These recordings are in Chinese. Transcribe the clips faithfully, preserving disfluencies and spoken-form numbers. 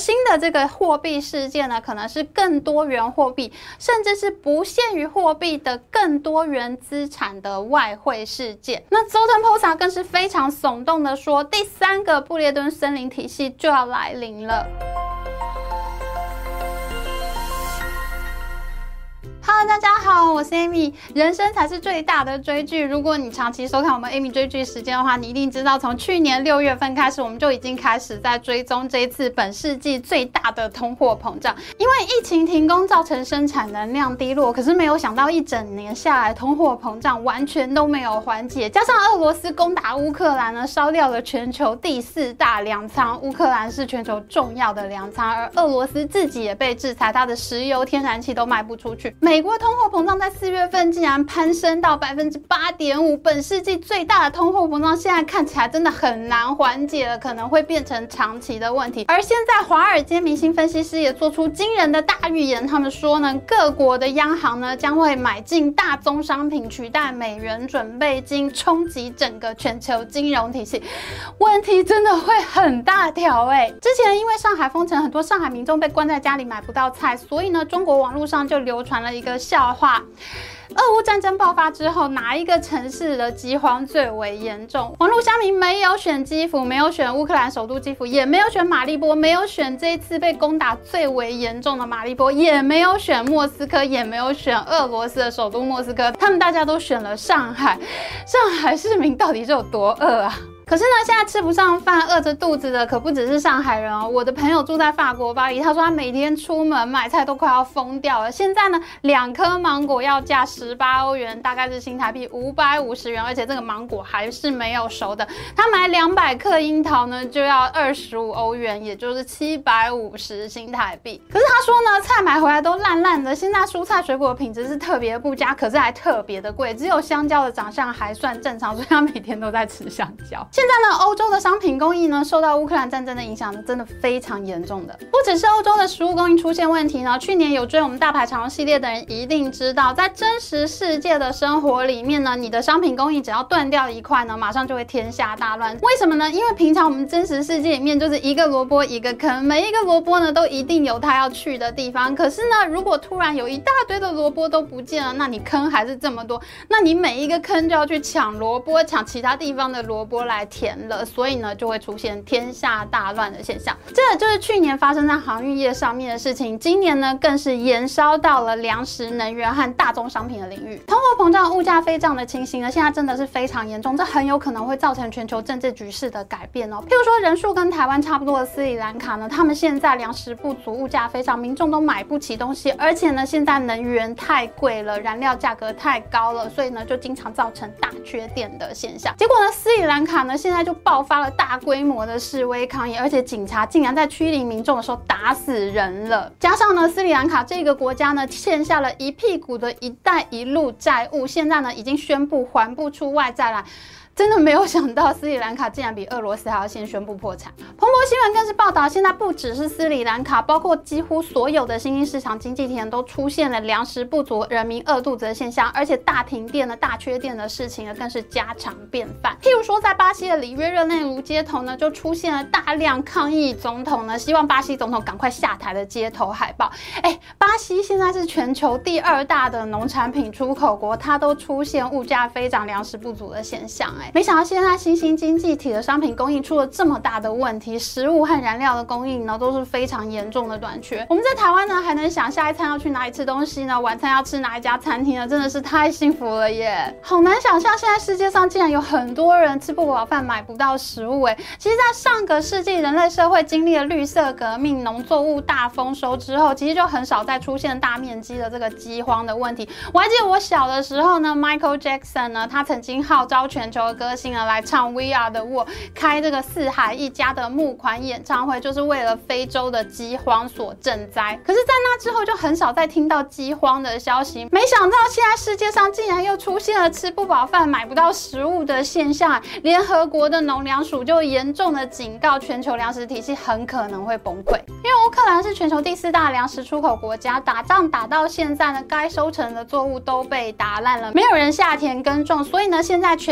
新的这个货币世界呢，可能是更多元货币，甚至是不限于货币的更多元资产的外汇世界。那 Zoltan Pozsar 更是非常耸动的说，第三个布列顿森林体系就要来临了。Hello， 大家好，我是 Amy。人生才是最大的追剧。如果你长期收看我们 Amy 追剧时间的话，你一定知道，从去年六月份开始，我们就已经开始在追踪这一次本世纪最大的通货膨胀。因为疫情停工造成生产能量低落，可是没有想到一整年下来，通货膨胀完全都没有缓解。加上俄罗斯攻打乌克兰呢，烧掉了全球第四大粮仓。乌克兰是全球重要的粮仓，而俄罗斯自己也被制裁，它的石油、天然气都卖不出去。美国通货膨胀在四月份竟然攀升到百分之八点五，本世纪最大的通货膨胀，现在看起来真的很难缓解了，可能会变成长期的问题。而现在，华尔街明星分析师也做出惊人的大预言，他们说呢，各国的央行呢将会买进大宗商品，取代美元准备金，冲击整个全球金融体系。问题真的会很大条哎、欸！之前因为上海封城，很多上海民众被关在家里买不到菜，所以呢，中国网络上就流传了一个笑话。俄乌战争爆发之后，哪一个城市的饥荒最为严重？网络乡民没有选基辅，没有选乌克兰首都基辅，也没有选马利波，没有选这一次被攻打最为严重的马利波，也没有选莫斯科，也没有选俄罗斯的首都莫斯科，他们大家都选了上海。上海市民到底是有多饿啊？可是呢，现在吃不上饭、饿着肚子的可不只是上海人哦。我的朋友住在法国巴黎，他说他每天出门买菜都快要疯掉了。现在呢，两颗芒果要价十八欧元，大概是新台币五百五十元，而且这个芒果还是没有熟的。他买两百克樱桃呢，就要二十五欧元，也就是七百五十新台币。可是他说呢，菜买回来都烂烂的。现在蔬菜水果的品质是特别不佳，可是还特别的贵，只有香蕉的长相还算正常，所以他每天都在吃香蕉。现在呢，欧洲的商品供应呢，受到乌克兰战争的影响呢，真的非常严重的。不只是欧洲的食物供应出现问题呢，去年有追我们大牌长荣系列的人一定知道，在真实世界的生活里面呢，你的商品供应只要断掉一块呢，马上就会天下大乱。为什么呢？因为平常我们真实世界里面就是一个萝卜一个坑，每一个萝卜呢都一定有它要去的地方。可是呢，如果突然有一大堆的萝卜都不见了，那你坑还是这么多，那你每一个坑就要去抢萝卜，抢其他地方的萝卜来填了，所以呢就会出现天下大乱的现象。这就是去年发生在航运业上面的事情，今年呢更是延烧到了粮食、能源和大宗商品的领域。通货膨胀、物价飞涨的情形呢，现在真的是非常严重，这很有可能会造成全球政治局势的改变哦。譬如说，人数跟台湾差不多的斯里兰卡呢，他们现在粮食不足、物价飞涨，民众都买不起东西，而且呢现在能源太贵了，燃料价格太高了，所以呢就经常造成大缺电的现象。结果呢，斯里兰卡呢现在就爆发了大规模的示威抗议，而且警察竟然在驱离民众的时候打死人了。加上呢，斯里兰卡这个国家呢欠下了一屁股的一带一路债务，现在呢已经宣布还不出外债来。真的没有想到斯里兰卡竟然比俄罗斯还要先宣布破产。彭博新闻更是报道，现在不只是斯里兰卡，包括几乎所有的新兴市场经济体都出现了粮食不足、人民饿肚子的现象，而且大停电的大缺电的事情呢更是家常便饭。譬如说，在巴西的里约热内卢街头呢，就出现了大量抗议总统呢，希望巴西总统赶快下台的街头海报。哎，巴西现在是全球第二大的农产品出口国，它都出现物价飞涨、粮食不足的现象。没想到现在新兴经济体的商品供应出了这么大的问题，食物和燃料的供应呢都是非常严重的短缺。我们在台湾呢还能想下一餐要去哪里吃东西呢？晚餐要吃哪一家餐厅呢？真的是太幸福了耶！好难想象现在世界上竟然有很多人吃不饱饭、买不到食物哎。其实，在上个世纪人类社会经历了绿色革命、农作物大丰收之后，其实就很少再出现大面积的这个饥荒的问题。我还记得我小的时候呢 ，Michael Jackson 呢，他曾经号召全球的歌星来唱 We Are the World， 开这个四海一家的募款演唱会，就是为了非洲的饥荒所赈灾。可是，在那之后就很少再听到饥荒的消息。没想到现在世界上竟然又出现了吃不饱饭、买不到食物的现象。联合国的农粮署就严重的警告，全球粮食体系很可能会崩溃。因为乌克兰是全球第四大粮食出口国家，打仗打到现在呢，该收成的作物都被打烂了，没有人下田耕种，所以呢，现在全球缺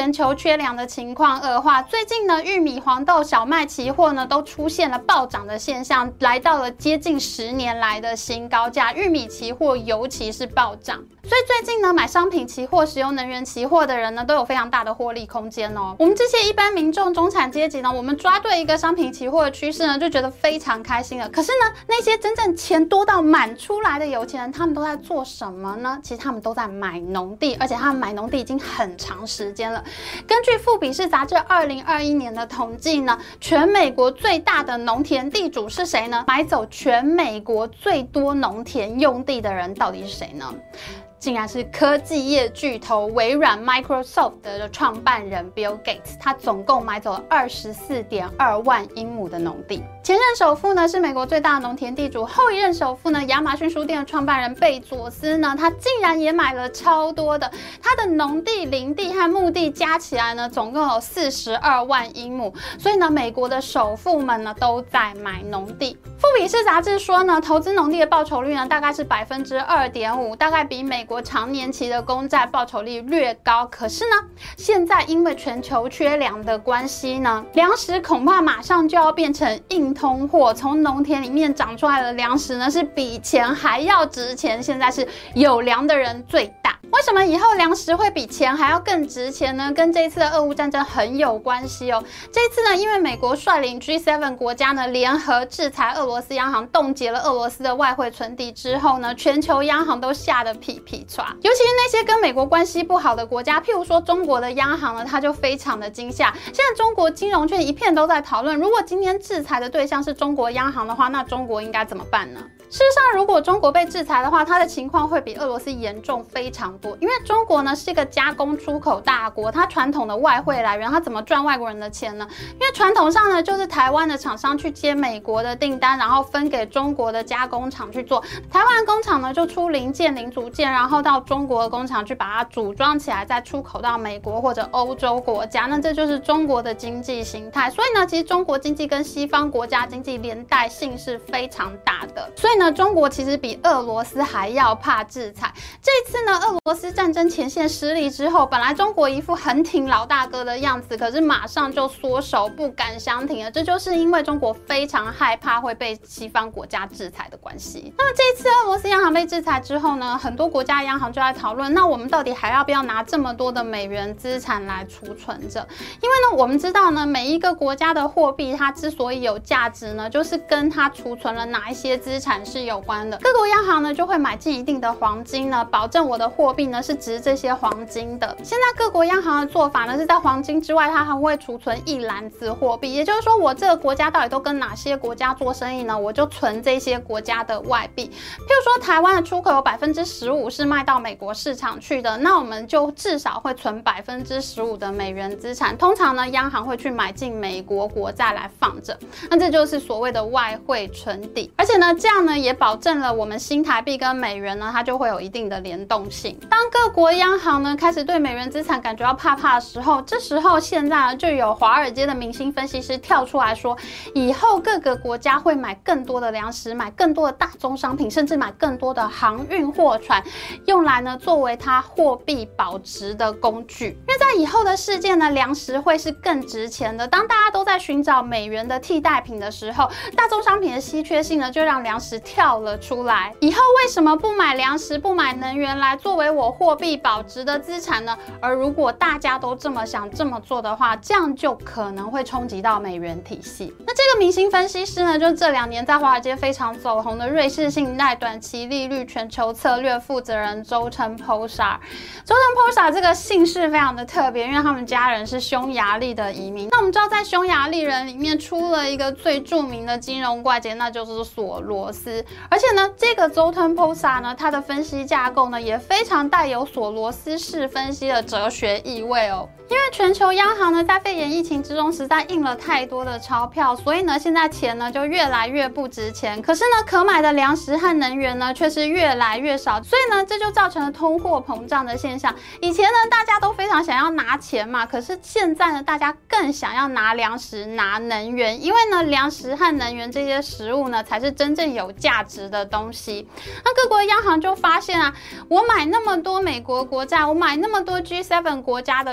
缺粮的情况恶化。最近呢，玉米、黄豆、小麦期货呢都出现了暴涨的现象，来到了接近十年来的新高价。玉米期货尤其是暴涨，所以最近呢，买商品期货、石油能源期货的人呢，都有非常大的获利空间哦。我们这些一般民众、中产阶级呢，我们抓对一个商品期货的趋势呢，就觉得非常开心了。可是呢，那些真正钱多到满出来的有钱人，他们都在做什么呢？其实他们都在买农地，而且他们买农地已经很长时间了。根据富比士杂志二零二一年的统计呢，全美国最大的农田地主是谁呢？买走全美国最多农田用地的人到底是谁呢？竟然是科技业巨头微软 Microsoft 的创办人 Bill Gates， 他总共买走了二十四点二万英亩的农地。前任首富呢是美国最大的农田地主，后一任首富呢亚马逊书店的创办人贝佐斯呢，他竟然也买了超多的，他的农地、林地和牧地加起来呢，总共有四十二万英亩。所以呢，美国的首富们呢都在买农地。富比士杂志说呢，投资农地的报酬率呢大概是百分之二点五，大概比美国长年期的公债报酬率略高。可是呢，现在因为全球缺粮的关系呢，粮食恐怕马上就要变成硬通货。从农田里面长出来的粮食呢，是比钱还要值钱。现在是有粮的人最大。为什么以后粮食会比钱还要更值钱呢？跟这一次的俄乌战争很有关系哦。这一次呢，因为美国率领 G 七 国家呢联合制裁俄罗斯央行，冻结了俄罗斯的外汇存底之后呢，全球央行都吓得屁屁唰。尤其是那些跟美国关系不好的国家，譬如说中国的央行呢，它就非常的惊吓。现在中国金融圈一片都在讨论，如果今天制裁的对象是中国央行的话，那中国应该怎么办呢？事实上，如果中国被制裁的话，它的情况会比俄罗斯严重非常多。因为中国呢是一个加工出口大国，它传统的外汇来源，它怎么赚外国人的钱呢？因为传统上呢，就是台湾的厂商去接美国的订单，然后分给中国的加工厂去做。台湾工厂呢就出零件、零组件，然后到中国的工厂去把它组装起来，再出口到美国或者欧洲国家。那这就是中国的经济形态。所以呢，其实中国经济跟西方国家经济连带性是非常大的。所以呢，中国其实比俄罗斯还要怕制裁。这次呢，俄罗斯战争前线失利之后，本来中国一副很挺老大哥的样子，可是马上就缩手，不敢相挺了。这就是因为中国非常害怕会被西方国家制裁的关系。那么这一次俄罗斯央行被制裁之后呢，很多国家央行就在讨论，那我们到底还要不要拿这么多的美元资产来储存着？因为呢，我们知道呢，每一个国家的货币它之所以有价值呢，就是跟它储存了哪一些资产是有关的。各国央行呢就会买进一定的黄金呢，保证我的货币呢是值这些黄金的。现在各国央行的做法呢，是在黄金之外，它还会储存一篮子货币，也就是说，我这个国家到底都跟哪些国家做生意呢？我就存这些国家的外币。譬如说，台湾的出口有百分之十五是卖到美国市场去的，那我们就至少会存百分之十五的美元资产。通常呢，央行会去买进美国国债来放着，那这就是所谓的外汇存底。而且呢，这样呢也保证了我们新台币跟美元呢，它就会有一定的联动性。当各国央行呢开始对美元资产感觉到怕怕的时候，这时候现在呢就有华尔街的明星分析师跳出来说，以后各个国家会买更多的粮食，买更多的大宗商品，甚至买更多的航运货船，用来呢作为它货币保值的工具。因为在以后的世界呢，粮食会是更值钱的。当大家都在寻找美元的替代品的时候，大宗商品的稀缺性呢就让粮食跳了出来。以后为什么不买粮食、不买能源来作为我货币保值的资产呢？而如果大家都这么想这么做的话，这样就可能会冲击到美元体系。那这个明星分析师呢，就这两年在华尔街非常走红的瑞士信贷短期利率全球策略负责人周琛 Posar。周琛 Posar 这个姓氏非常的特别，因为他们家人是匈牙利的移民。那我们知道，在匈牙利人里面出了一个最著名的金融怪杰，那就是索罗斯。而且呢，这个周琛 Posar 呢，他的分析架构呢也非常带有索罗斯式分析的哲学意味哦。因为全球央行呢在肺炎疫情之中实在印了太多的钞票，所以呢现在钱呢就越来越不值钱。可是呢可买的粮食和能源呢却是越来越少，所以呢这就造成了通货膨胀的现象。以前呢大家都非常想要拿钱嘛，可是现在呢大家更想要拿粮食、拿能源，因为呢粮食和能源这些食物呢才是真正有价值的东西。那各国央行就发现啊，我买那么多美国国债，我买那么多 G 七 国家的国债。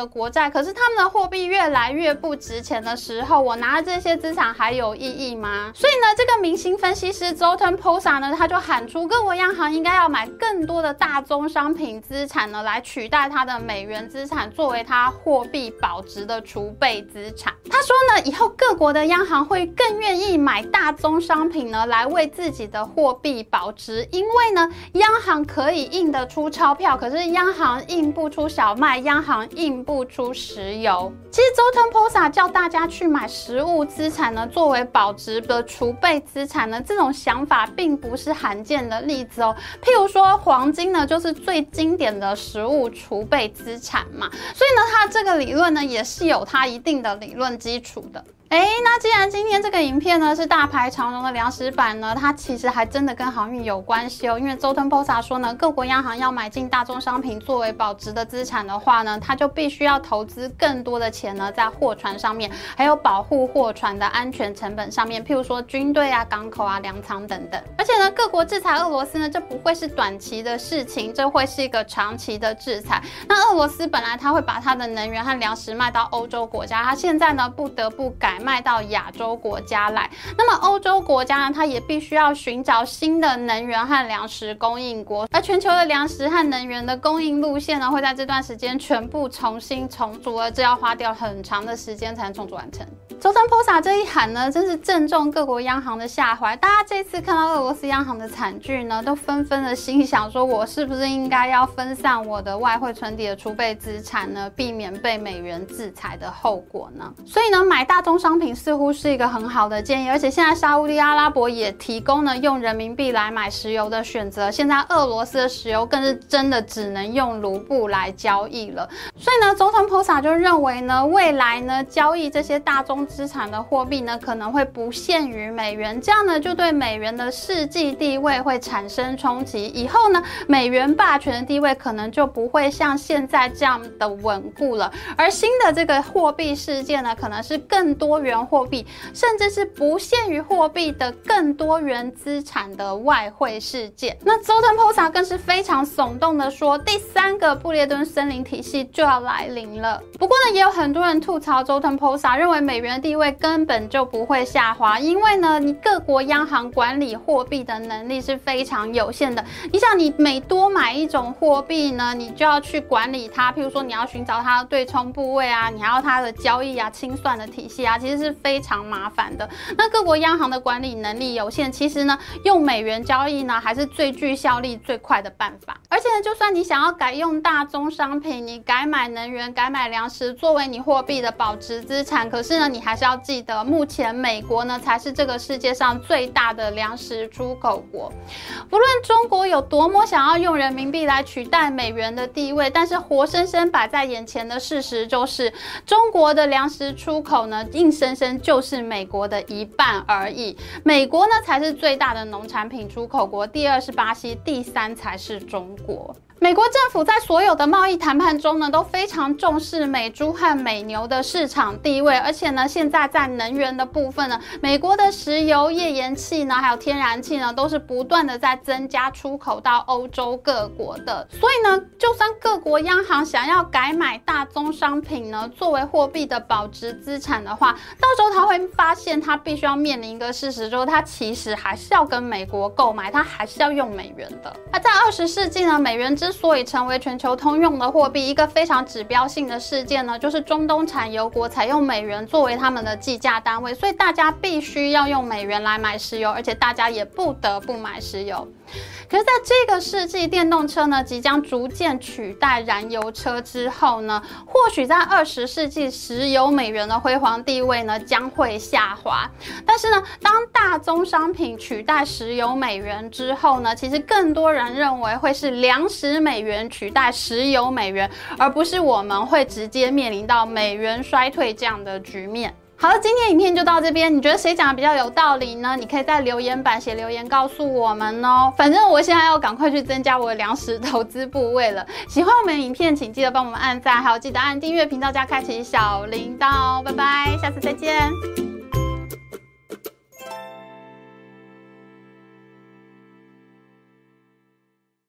在，可是他们的货币越来越不值钱的时候，我拿这些资产还有意义吗？所以呢，这个明星分析师 Zoltan Pozsar 呢，他就喊出各国央行应该要买更多的大宗商品资产呢，来取代它的美元资产，作为它货币保值的储备资产。他说呢，以后各国的央行会更愿意买大宗商品呢，来为自己的货币保值，因为呢，央行可以印得出钞票，可是央行印不出小麦，央行印不出石油。其实 Zoltan Pozsar 叫大家去买实物资产呢，作为保值的储备资产呢，这种想法并不是罕见的例子哦。譬如说，黄金呢，就是最经典的实物储备资产嘛，所以呢，它这个理论呢，也是有它一定的理论基础的。哎，那既然今天这个影片呢是大排长龙的粮食版呢，它其实还真的跟航运有关系哦。因为 Zoltan Pozsar 说呢，各国央行要买进大宗商品作为保值的资产的话呢，它就必须要投资更多的钱呢在货船上面，还有保护货船的安全成本上面，譬如说军队啊、港口啊、粮仓等等。而且呢，各国制裁俄罗斯呢，这不会是短期的事情，这会是一个长期的制裁。那俄罗斯本来它会把它的能源和粮食卖到欧洲国家，它现在呢不得不改卖到亚洲国家来。那么欧洲国家呢，它也必须要寻找新的能源和粮食供应国，而全球的粮食和能源的供应路线呢，会在这段时间全部重新重组，而这要花掉很长的时间才能重组完成。Zoltan Pozsar 这一喊呢，真是正中各国央行的下怀。大家这次看到俄罗斯央行的惨剧呢，都纷纷的心想说，我是不是应该要分散我的外汇存底的储备资产呢，避免被美元制裁的后果呢？所以呢，买大宗商品似乎是一个很好的建议，而且现在沙烏地阿拉伯也提供了用人民币来买石油的选择。现在俄罗斯的石油更是真的只能用卢布来交易了。所以呢 ，Zoltan Pozsar 就认为呢，未来呢，交易这些大宗资产的货币呢，可能会不限于美元，这样呢，就对美元的世纪地位会产生冲击。以后呢，美元霸权的地位可能就不会像现在这样的稳固了。而新的这个货币世界呢，可能是更多元货币，甚至是不限于货币的更多元资产的外汇世界。那 Zoltan Pozsar 更是非常耸动的说，第三个布列顿森林体系就要来临了。不过呢，也有很多人吐槽 Zoltan Pozsar， 认为美元的地位根本就不会下滑，因为呢，你各国央行管理货币的能力是非常有限的。你想，你每多买一种货币呢，你就要去管理它，譬如说你要寻找它的对冲部位啊，你还要它的交易啊、清算的体系啊，其实是非常麻烦的。那各国央行的管理能力有限，其实呢，用美元交易呢，还是最具效率、最快的办法。而且呢，就算你想要改用大宗商品，你改买能源、改买粮食作为你货币的保值资产，可是呢，你还是要记得，目前美国呢才是这个世界上最大的粮食出口国。不论中国有多么想要用人民币来取代美元的地位，但是活生生摆在眼前的事实就是，中国的粮食出口呢，硬生生就是美国的一半而已。美国呢才是最大的农产品出口国，第二是巴西，第三才是中国。美国政府在所有的贸易谈判中呢，都非常重视美猪和美牛的市场地位，而且呢，现在在能源的部分呢，美国的石油、页岩气呢，还有天然气呢，都是不断的在增加出口到欧洲各国的。所以呢，就算各国央行想要改买大宗商品呢，作为货币的保值资产的话，到时候他会发现他必须要面临一个事实，就是他其实还是要跟美国购买，他还是要用美元的。那在二十世纪呢，美元之所以成为全球通用的货币，一个非常指标性的事件呢，就是中东产油国采用美元作为他们的计价单位，所以大家必须要用美元来买石油，而且大家也不得不买石油。可是在这个世纪，电动车呢即将逐渐取代燃油车之后呢，或许在二十世纪，石油美元的辉煌地位呢将会下滑。但是呢，当大宗商品取代石油美元之后呢，其实更多人认为会是粮食美元取代石油美元，而不是我们会直接面临到美元衰退这样的局面。好了，今天影片就到这边，你觉得谁讲的比较有道理呢？你可以在留言板写留言告诉我们哦。反正我现在要赶快去增加我的粮食投资部位了。喜欢我们的影片，请记得帮我们按赞，还有记得按订阅频道加开启小铃铛哦。拜拜，下次再见。